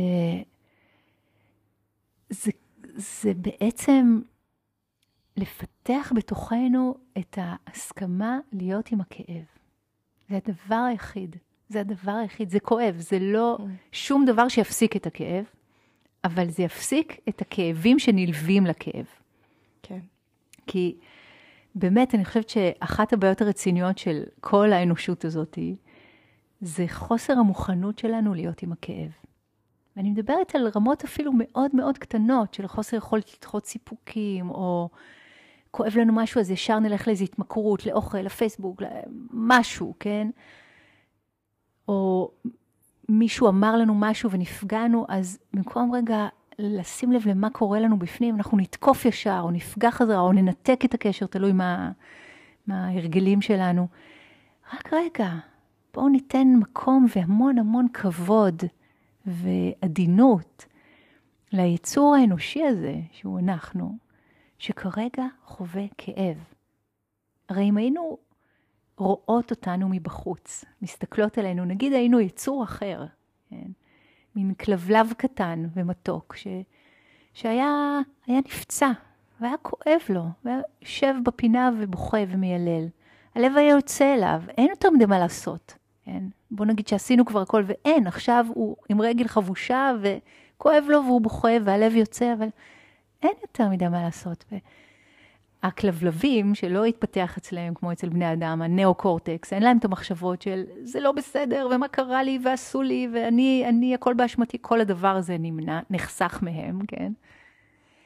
זה בעצם לפתח בתוכנו את ההסכמה להיות עם הכאב. זה הדבר היחיד. זה הדבר היחיד. זה כואב. זה לא שום דבר שיפסיק את הכאב, אבל זה יפסיק את הכאבים שנלווים לכאב. כן. כי באמת, אני חושבת שאחת הבעיות הרציניות של כל האנושות הזאת, זה חוסר המוכנות שלנו להיות עם הכאב. ואני מדברת על רמות אפילו מאוד מאוד קטנות, של חוסר יכולת לדחות סיפוקים, או כואב לנו משהו, אז ישר נלך לאיזו התמכרות, לאוכל, לפייסבוק, משהו, כן? או מישהו אמר לנו משהו ונפגענו, אז במקום רגע לשים לב למה קורה לנו בפנים, אנחנו נתקוף ישר, או נפגע חזרה, או ננתק את הקשר, תלוי מה ההרגלים שלנו. רק רגע, בואו ניתן מקום והמון המון כבוד ועדינות ליצור האנושי הזה, שהוא אנחנו, שכרגע חווה כאב. הרי אם היינו רואות אותנו מבחוץ, מסתכלות עלינו, נגיד היינו יצור אחר, כן? מין כלבלב קטן ומתוק, שהיה נפצע, והיה כואב לו, והיה יושב בפינה ובוכה ומיילל. הלב היה יוצא אליו, אין יותר מדי מה לעשות. כן? בוא נגיד שעשינו כבר הכל, ואין, עכשיו הוא עם רגל חבושה, וכואב לו והוא בוכה, והלב יוצא, אבל אין יותר מדי מה לעשות. הכלבלבים שלא התפתח אצלם, כמו אצל בני אדם, הנאו-קורטקס, אין להם את המחשבות של, זה לא בסדר, ומה קרה לי, ועשו לי, ואני הכל באשמתי, כל הדבר הזה נחסך מהם, כן?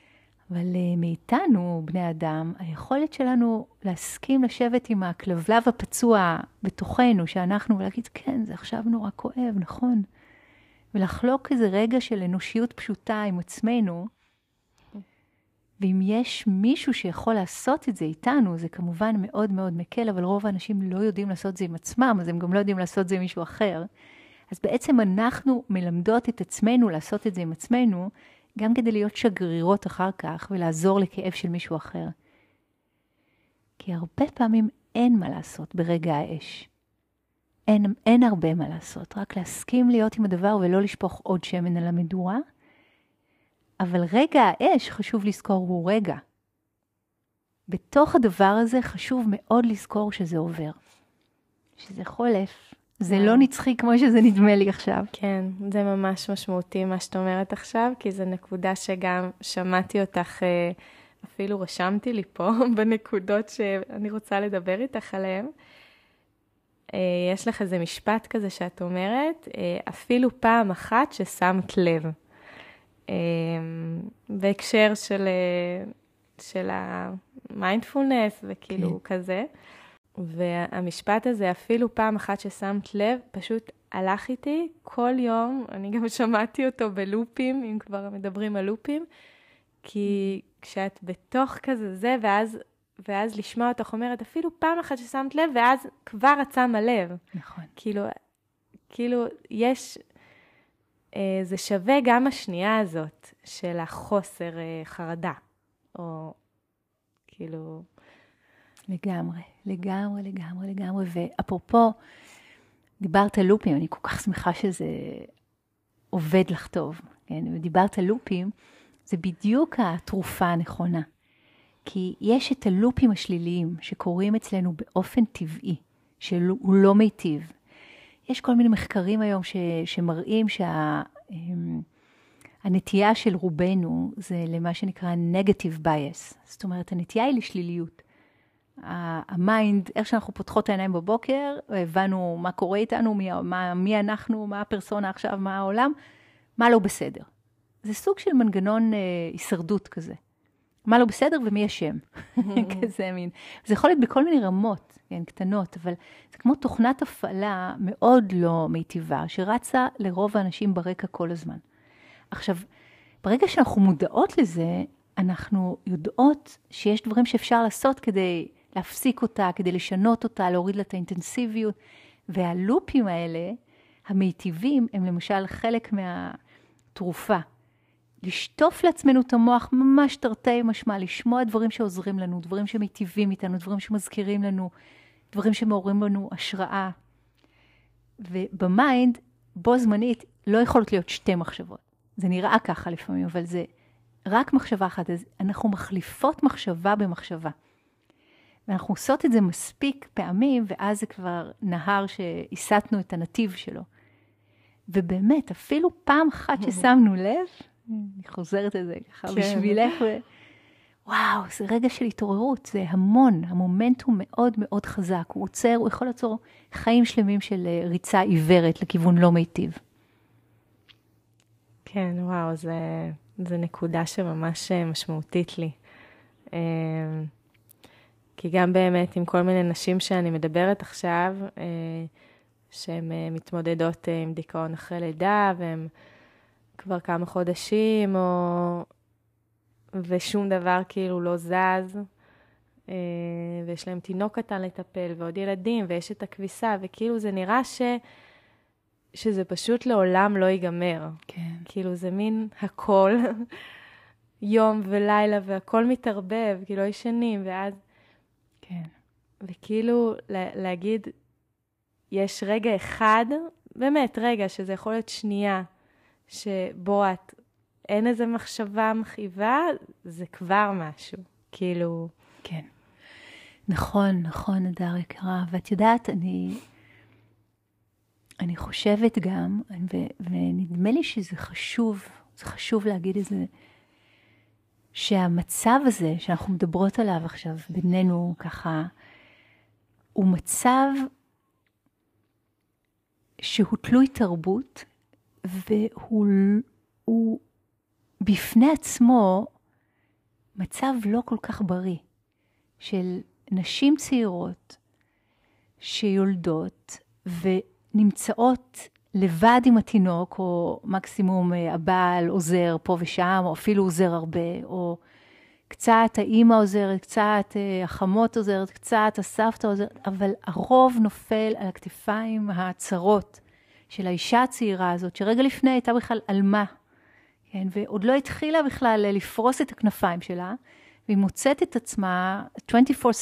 אבל מאיתנו, בני אדם, היכולת שלנו להסכים לשבת עם הכלבלב הפצוע בתוכנו, שאנחנו, ולהגיד, כן, זה עכשיו נורא כואב, נכון? ולחלוק איזה רגע של אנושיות פשוטה עם עצמנו, ואם יש מישהו שיכול לעשות את זה איתנו, זה כמובן מאוד מאוד מקל, אבל רוב האנשים לא יודעים לעשות זה עם עצמם, אז הם גם לא יודעים לעשות זה עם מישהו אחר. אז בעצם אנחנו מלמדות את עצמנו לעשות את זה עם עצמנו, גם כדי להיות שגרירות אחר כך, ולעזור לכאב של מישהו אחר. כי הרבה פעמים אין מה לעשות ברגע האש. אין הרבה מה לעשות, רק להסכים להיות עם הדבר ולא לשפוך עוד שמן על המדורה, אבל רגע האש, חשוב לזכור, הוא רגע. בתוך הדבר הזה חשוב מאוד לזכור שזה עובר. שזה חולף. זה לא נצחי כמו שזה נדמה לי עכשיו. כן, זה ממש משמעותי מה שאת אומרת עכשיו, כי זו נקודה שגם שמעתי אותך, אפילו רשמתי לי פה בנקודות שאני רוצה לדבר איתך עליהן. יש לך איזה משפט כזה שאת אומרת, אפילו פעם אחת ששמת לב. בהקשר של המיינדפולנס וכאילו כזה. והמשפט הזה, אפילו פעם אחת ששמת לב, פשוט הלך איתי כל יום. אני גם שמעתי אותו בלופים, אם כבר מדברים על לופים, כי כשאת בתוך כזה זה, ואז לשמוע אותך אומרת, אפילו פעם אחת ששמת לב, ואז כבר את שמה לב. נכון. כאילו יש... זה שווה גם השנייה הזאת של החוסר חרדה, או כאילו... לגמרי. ואפרופו, דיברת על לופים, אני כל כך שמחה שזה עובד לך טוב. כן? ודיברת על לופים, זה בדיוק התרופה הנכונה. כי יש את הלופים השליליים שקורים אצלנו באופן טבעי, שהוא לא מיטיב. יש כל מיני מחקרים היום שמראים שהנטייה של רובנו זה למה שנקרא negative bias. זאת אומרת, הנטייה היא לשליליות. המיינד, איך שאנחנו פותחות העיניים בבוקר, הבנו מה קורה איתנו, מי אנחנו, מה הפרסונה עכשיו, מה העולם, מה לא בסדר. זה סוג של מנגנון הישרדות כזה. מה לא בסדר ומי אשם. כזה מין. זה יכול להיות בכל מיני רמות, כן, קטנות, אבל זה כמו תוכנת הפעלה מאוד לא מיטיבה, שרצה לרוב האנשים ברקע כל הזמן. עכשיו, ברגע שאנחנו מודעות לזה, אנחנו יודעות שיש דברים שאפשר לעשות כדי להפסיק אותה, כדי לשנות אותה, להוריד לה את האינטנסיביות, והלופים האלה, המיטיבים, הם למשל חלק מהתרופה. לשטוף לעצמנו את המוח ממש תרתי משמע, לשמוע דברים שעוזרים לנו, דברים שמיטיבים איתנו, דברים שמזכירים לנו, דברים שמעוררים לנו השראה. ובמיינד, בו זמנית, לא יכולות להיות שתי מחשבות. זה נראה ככה לפעמים, אבל זה רק מחשבה אחת. אז אנחנו מחליפות מחשבה במחשבה. ואנחנו עושות את זה מספיק פעמים, ואז זה כבר נהר שהסתנו את הנתיב שלו. ובאמת, אפילו פעם אחת ששמנו לב, אני חוזרת את זה ככה בשבילך, וואו, זה רגע של התעוררות, זה המון, המומנטום מאוד מאוד חזק, הוא יכול לעצור חיים שלמים של ריצה עיוורת לכיוון לא מיטיב. כן, וואו, זה נקודה שממש משמעותית לי. כי גם באמת עם כל מיני נשים שאני מדברת עכשיו, שהן מתמודדות עם דיכאון אחרי לידה, והן כבר כמה חודשים, ושום דבר כאילו לא זז, ויש להם תינוק קטן לטפל, ועוד ילדים, ויש את הכביסה, וכאילו זה נראה שזה פשוט לעולם לא ייגמר. כן. כאילו זה מין הכל, יום ולילה, והכל מתערבב, כאילו ישנים, ואז... כן. וכאילו להגיד, יש רגע אחד, באמת רגע, שזה יכול להיות שנייה, שבו אין איזו מחשבה מכאיבה, זה כבר משהו, כאילו... כן. נכון, הדר יקרה. ואת יודעת, אני חושבת גם, ונדמה לי שזה חשוב, זה חשוב להגיד את זה, שהמצב הזה שאנחנו מדברות עליו עכשיו בינינו ככה, הוא מצב שהוא תלוי תרבות, והוא בפני עצמו מצב לא כל כך בריא של נשים צעירות שיולדות ונמצאות לבד עם התינוק, או מקסימום הבעל עוזר פה ושם, או אפילו עוזר הרבה, או קצת האמא עוזרת, קצת החמות עוזרת, קצת הסבתא עוזרת, אבל הרוב נופל על הכתפיים הצרות של האישה הצעירה הזאת, שרגע לפני הייתה בכלל אלמה, כן? ועוד לא התחילה בכלל לפרוס את הכנפיים שלה, והיא מוצאת את עצמה 24/7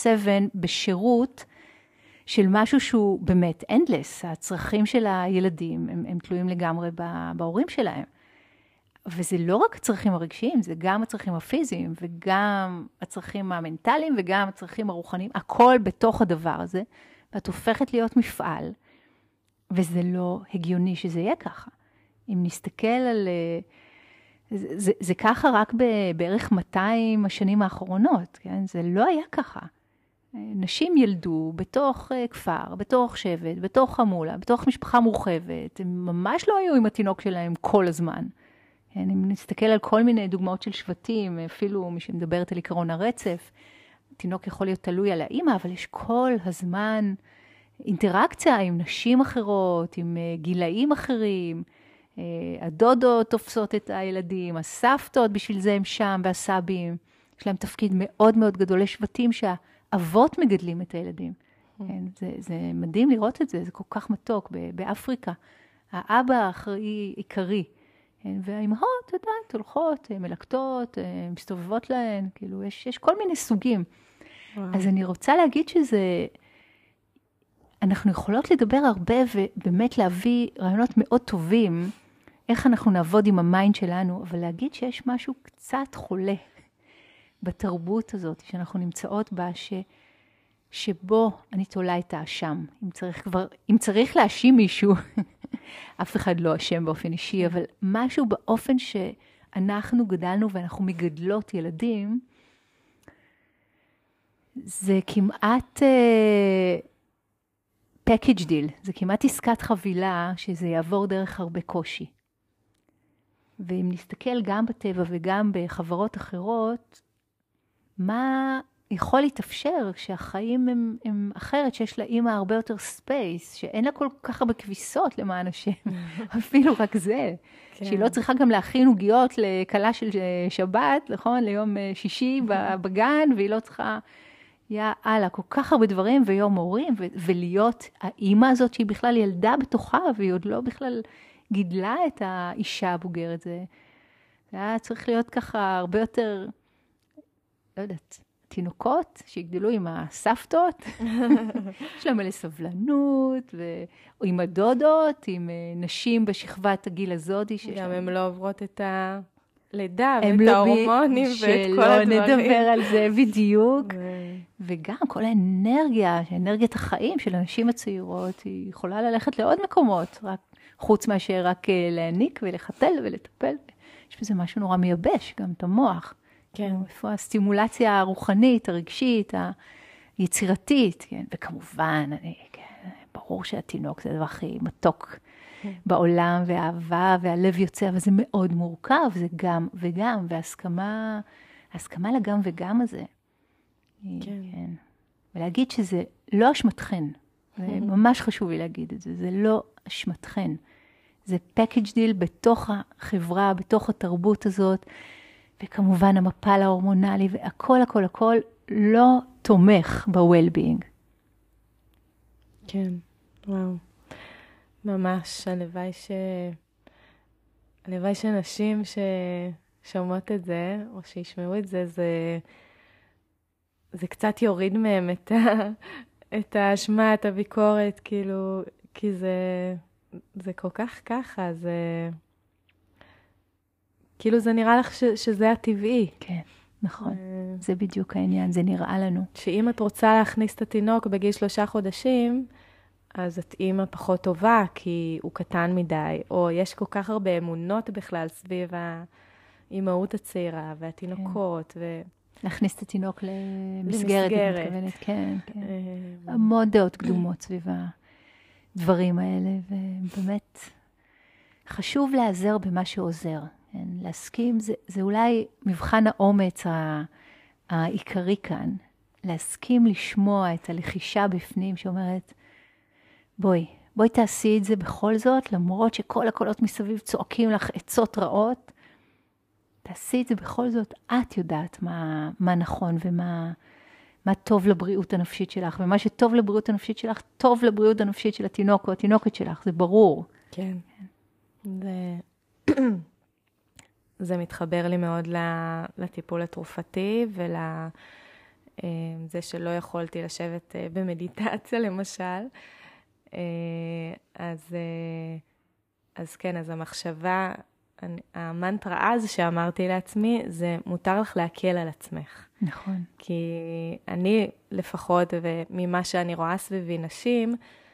בשירות של משהו שהוא באמת endless. הצרכים של הילדים הם תלויים לגמרי בהורים שלהם. וזה לא רק הצרכים הרגשיים, זה גם הצרכים הפיזיים, וגם הצרכים המנטליים, וגם הצרכים הרוחניים, הכל בתוך הדבר הזה, ואת הופכת להיות מפעל, וזה לא הגיוני שזה יהיה ככה. אם נסתכל על... זה ככה רק בערך 200 השנים האחרונות, כן? זה לא היה ככה. נשים ילדו בתוך כפר, בתוך שבט, בתוך חמולה, בתוך משפחה מורחבת, הם ממש לא היו עם התינוק שלהם כל הזמן. כן? אם נסתכל על כל מיני דוגמאות של שבטים, אפילו מי שמדברת על עקרון הרצף, התינוק יכול להיות תלוי על האמא, אבל יש כל הזמן אינטראקציה עם נשים אחרות, עם גילאים אחרים, הדודות תופסות את הילדים, הסבתות בשביל זה הם שם, והסבים, יש להם תפקיד מאוד מאוד גדול לשבטים שהאבות מגדלים את הילדים. כן, זה מדהים לראות את זה, זה כל כך מתוק באפריקה. האבא אחראי עיקרי, כן, והאימהות עדיין הולכות, מלקטות, מסתובבות להן, כאילו יש כל מיני סוגים. אז אני רוצה להגיד שזה... אנחנו יכולות לדבר הרבה ובאמת להביא רעיונות מאוד טובים, איך אנחנו נעבוד עם המיינד שלנו, אבל להגיד שיש משהו קצת חולה בתרבות הזאת, שאנחנו נמצאות בה, שבו אני תולה את האשם. אם צריך להאשים מישהו, אף אחד לא אשם באופן אישי, אבל משהו באופן שאנחנו גדלנו ואנחנו מגדלות ילדים, זה כמעט... package deal, זה כמעט עסקת חבילה שזה יעבור דרך הרבה קושי. ואם נסתכל גם בטבע וגם בחברות אחרות, מה יכול להתאפשר כשהחיים הם אחרת, שיש לאמא הרבה יותר ספייס, שאין לה כל כך הרבה כביסות למען השם, אפילו רק זה, כן. שהיא לא צריכה גם להכין עוגיות לקלה של שבת, נכון? ליום שישי בגן, והיא לא צריכה... יאללה, כל כך הרבה דברים ויום הורים, ולהיות האימא הזאת שהיא בכלל ילדה בתוכה, והיא עוד לא בכלל גידלה את האישה הבוגרת. זה היה צריך להיות ככה הרבה יותר, לא יודעת, תינוקות שיגדלו עם הסבתות, יש להם מלא סבלנות, או עם הדודות, עם נשים בשכבת הגיל הזאת. גם הן לא עוברות את לידה, ואת ההורמונים, ואת כל הדברים. שלא נדבר על זה בדיוק. וגם כל האנרגיה, אנרגיית החיים של הנשים הצעירות, היא יכולה ללכת לעוד מקומות, רק חוץ מאשר רק להניק ולחתל ולטפל. יש בזה משהו נורא מייבש, גם את המוח. כן. איפה הסטימולציה הרוחנית, הרגשית, היצירתית, כן. וכמובן, ברור שהתינוק זה הדבר הכי מתוק בעולם, והאהבה והלב יוצא, אבל זה מאוד מורכב, זה גם וגם, והסכמה לגם וגם הזה. כן. ולהגיד שזה לא אשמתכן, זה ממש חשוב לי להגיד את זה, זה לא אשמתכן. זה package deal בתוך החברה, בתוך התרבות הזאת, וכמובן המפל ההורמונלי, והכל, הכל, הכל לא תומך ב-well-being. כן, וואו. ממש, הלוואי שנשים ששומעות את זה, או שישמעו את זה, זה קצת יוריד מהם את האשמה, את הביקורת, כאילו, כי זה כל כך ככה, כאילו זה נראה לך שזה הטבעי. כן, נכון. זה בדיוק העניין, זה נראה לנו. שאם את רוצה להכניס את התינוק בגיל 3 חודשים, אז את אימא פחות טובה, כי הוא קטן מדי, או יש כל כך הרבה אמונות בכלל סביב האימהות הצעירה, והתינוקות, להכניס את התינוק למסגרת. מתכוונת, כן. המון דעות קדומות סביב הדברים האלה, ובאמת חשוב לעזר במה שעוזר. להסכים, זה אולי מבחן האומץ העיקרי כאן, להסכים לשמוע את הלחישה בפנים שאומרת, בואי תעשי את זה בכל זאת, למרות שכל הקולות מסביב צועקים לך עצות רעות, תעשי את זה בכל זאת, את יודעת מה נכון ומה טוב לבריאות הנפשית שלך, ומה שטוב לבריאות הנפשית שלך, טוב לבריאות הנפשית של התינוק או התינוקת שלך, זה ברור. כן. זה מתחבר לי מאוד לטיפול התרופתי ולזה שלא יכולתי לשבת במדיטציה למשל. אז כן, אז המחשבה, המנטרה אז שאמרתי לעצמי, זה מותר לך להקל על עצמך. נכון. כי אני לפחות, וממה שאני רואה סביבי נשים,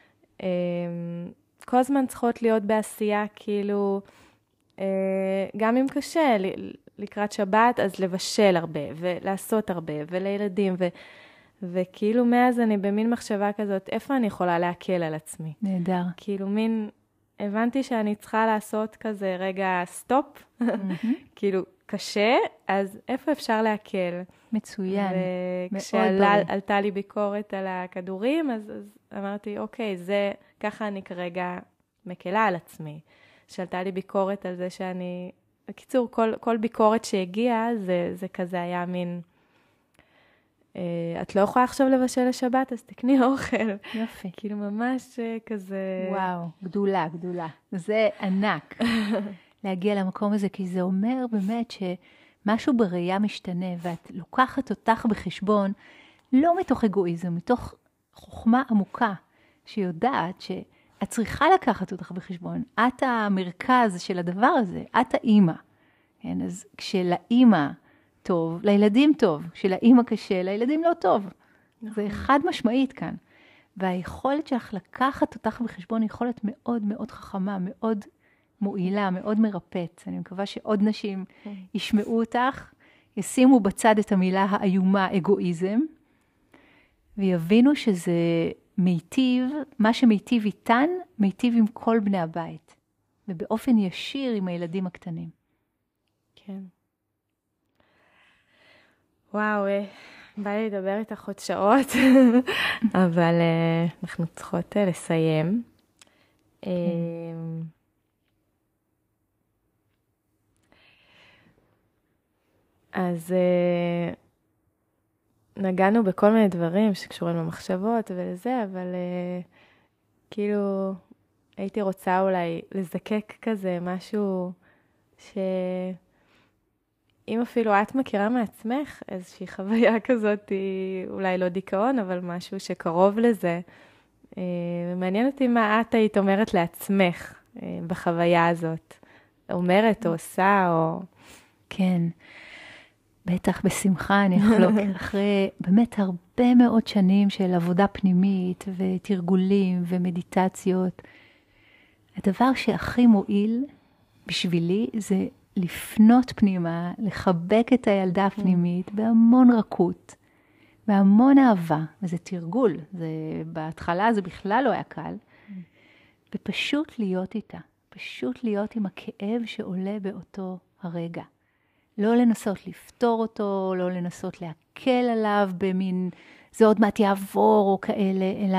כל הזמן צריכות להיות בעשייה, כאילו, גם אם קשה, לקראת שבת, אז לבשל הרבה, ולעשות הרבה, ולילדים, וכאילו מאז אני במין מחשבה כזאת, איפה אני יכולה להקל על עצמי? נהדר. כאילו הבנתי שאני צריכה לעשות כזה רגע סטופ, כאילו קשה, אז איפה אפשר להקל? מצוין. וכשעלתה לי ביקורת על הכדורים, אז אמרתי, אוקיי, ככה אני כרגע מקלה על עצמי. שעלתה לי ביקורת על זה שאני, בקיצור, כל ביקורת שהגיעה, זה כזה היה מין, את לא יכולה עכשיו לבשל לשבת, אז תקני אוכל. יופי. כאילו ממש כזה... וואו, גדולה. זה ענק. להגיע למקום הזה, כי זה אומר באמת שמשהו בראייה משתנה, ואת לוקחת אותך בחשבון, לא מתוך אגואיזם, מתוך חוכמה עמוקה, שיודעת שאת צריכה לקחת אותך בחשבון. את המרכז של הדבר הזה, את האימא. כן, אז כשלאימא טוב, לילדים טוב, כשלאימא קשה, לילדים לא טוב. זה חד משמעית כאן. והיכולת שלך לקחת אותך בחשבון היא יכולת מאוד מאוד חכמה, מאוד מועילה, מאוד מרפאת. אני מקווה שעוד נשים ישמעו אותך, ישימו בצד את המילה האיומה אגואיזם, ויבינו שזה מיטיב, מה שמיטיב איתן, מיטיב עם כל בני הבית. ובאופן ישיר עם הילדים הקטנים. כן. וואו, בא לי לדבר איתך עוד שעות, אבל אנחנו צריכות לסיים. אז נגענו בכל מיני דברים שקשורים למחשבות ולזה, אבל כאילו הייתי רוצה אולי לזקק כזה משהו אם אפילו את מכירה מעצמך איזושהי חוויה כזאת, אולי לא דיכאון, אבל משהו שקרוב לזה. מעניין אותי מה את היית אומרת לעצמך בחוויה הזאת. אומרת או עושה או... כן, בטח בשמחה אני אחלוק. אחרי באמת הרבה מאוד שנים של עבודה פנימית ותרגולים ומדיטציות, הדבר שהכי מועיל בשבילי זה לפנות פנימה, לחבק את הילדה הפנימית בהמון רכות, בהמון אהבה, וזה תרגול, בהתחלה זה בכלל לא היה קל, ופשוט להיות איתה, פשוט להיות עם הכאב שעולה באותו הרגע. לא לנסות לפתור אותו, לא לנסות להקל עליו במין, זה עוד מעט יעבור או כאלה, אלא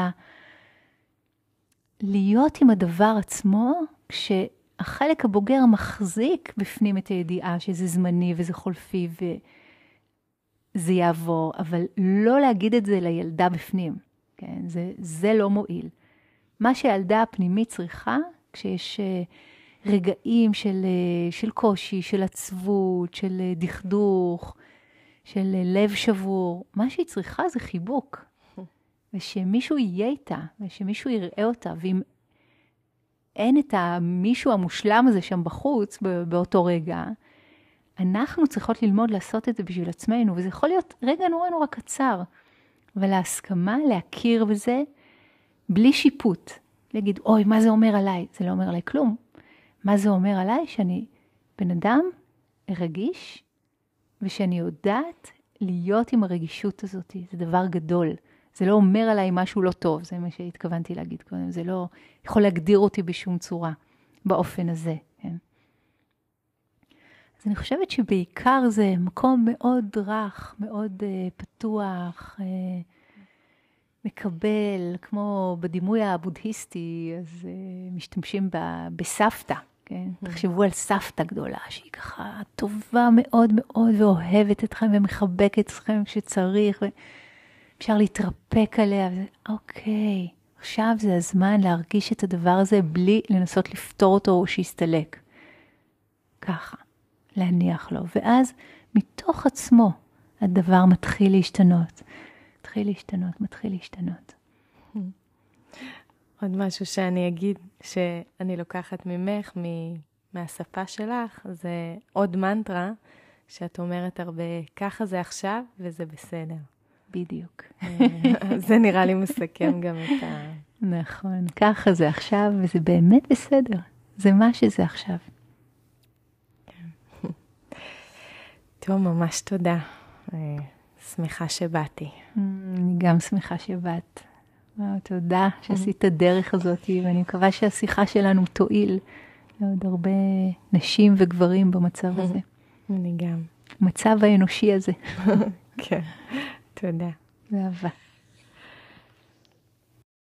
להיות עם הדבר עצמו, החלק הבוגר מחזיק בפנים את הידיעה שזה זמני וזה חולפי וזה יעבור, אבל לא להגיד את זה לילדה בפנים, כן? זה לא מועיל. מה שהילדה הפנימית צריכה, כשיש רגעים של קושי, של עצבות, של דכדוך, של לב שבור, מה שהיא צריכה זה חיבוק. ושמישהו יהיה איתה, ושמישהו יראה אותה, ואם אין את מישהו המושלם הזה שם בחוץ באותו רגע, אנחנו צריכות ללמוד לעשות את זה בשביל עצמנו, וזה יכול להיות רגע נורא נורא קצר, אבל ההסכמה להכיר בזה בלי שיפוט. להגיד, אוי, מה זה אומר עליי? זה לא אומר עליי כלום. מה זה אומר עליי? שאני בן אדם רגיש, ושאני יודעת להיות עם הרגישות הזאת. זה דבר גדול. זה לא אומר עליי משהו לא טוב, זה מה שהתכוונתי להגיד קודם. זה לא יכול להגדיר אותי בשום צורה, באופן הזה. כן? אז אז אני חושבת שבעיקר זה מקום מאוד רך, מאוד פתוח, מקבל, כמו בדימוי הבודהיסטי, אז משתמשים בסבתא, כן? תחשבו על סבתא גדולה, שהיא ככה טובה מאוד מאוד, ואוהבת אתכם ומחבקת אתכם כשצריך, ואפשר להתרפק עליה, אוקיי, עכשיו זה הזמן להרגיש את הדבר הזה, בלי לנסות לפתור אותו או שיסתלק. ככה, להניח לו, ואז מתוך עצמו הדבר מתחיל להשתנות. מתחיל להשתנות. עוד משהו שאני אגיד, שאני לוקחת ממך, מהשפה שלך, זה עוד מנטרה, שאת אומרת הרבה, ככה זה עכשיו וזה בסדר. בדיוק. זה נראה לי מסכם גם את נכון, ככה זה עכשיו וזה באמת בסדר. זה מה שזה עכשיו. טוב, ממש תודה. שמחה שבאתי. אני גם שמחה שבאת. תודה שעשית הדרך הזאת, ואני מקווה שהשיחה שלנו תועיל לעוד הרבה נשים וגברים במצב הזה. אני גם. מצב האנושי הזה. כן, תודה. באהבה.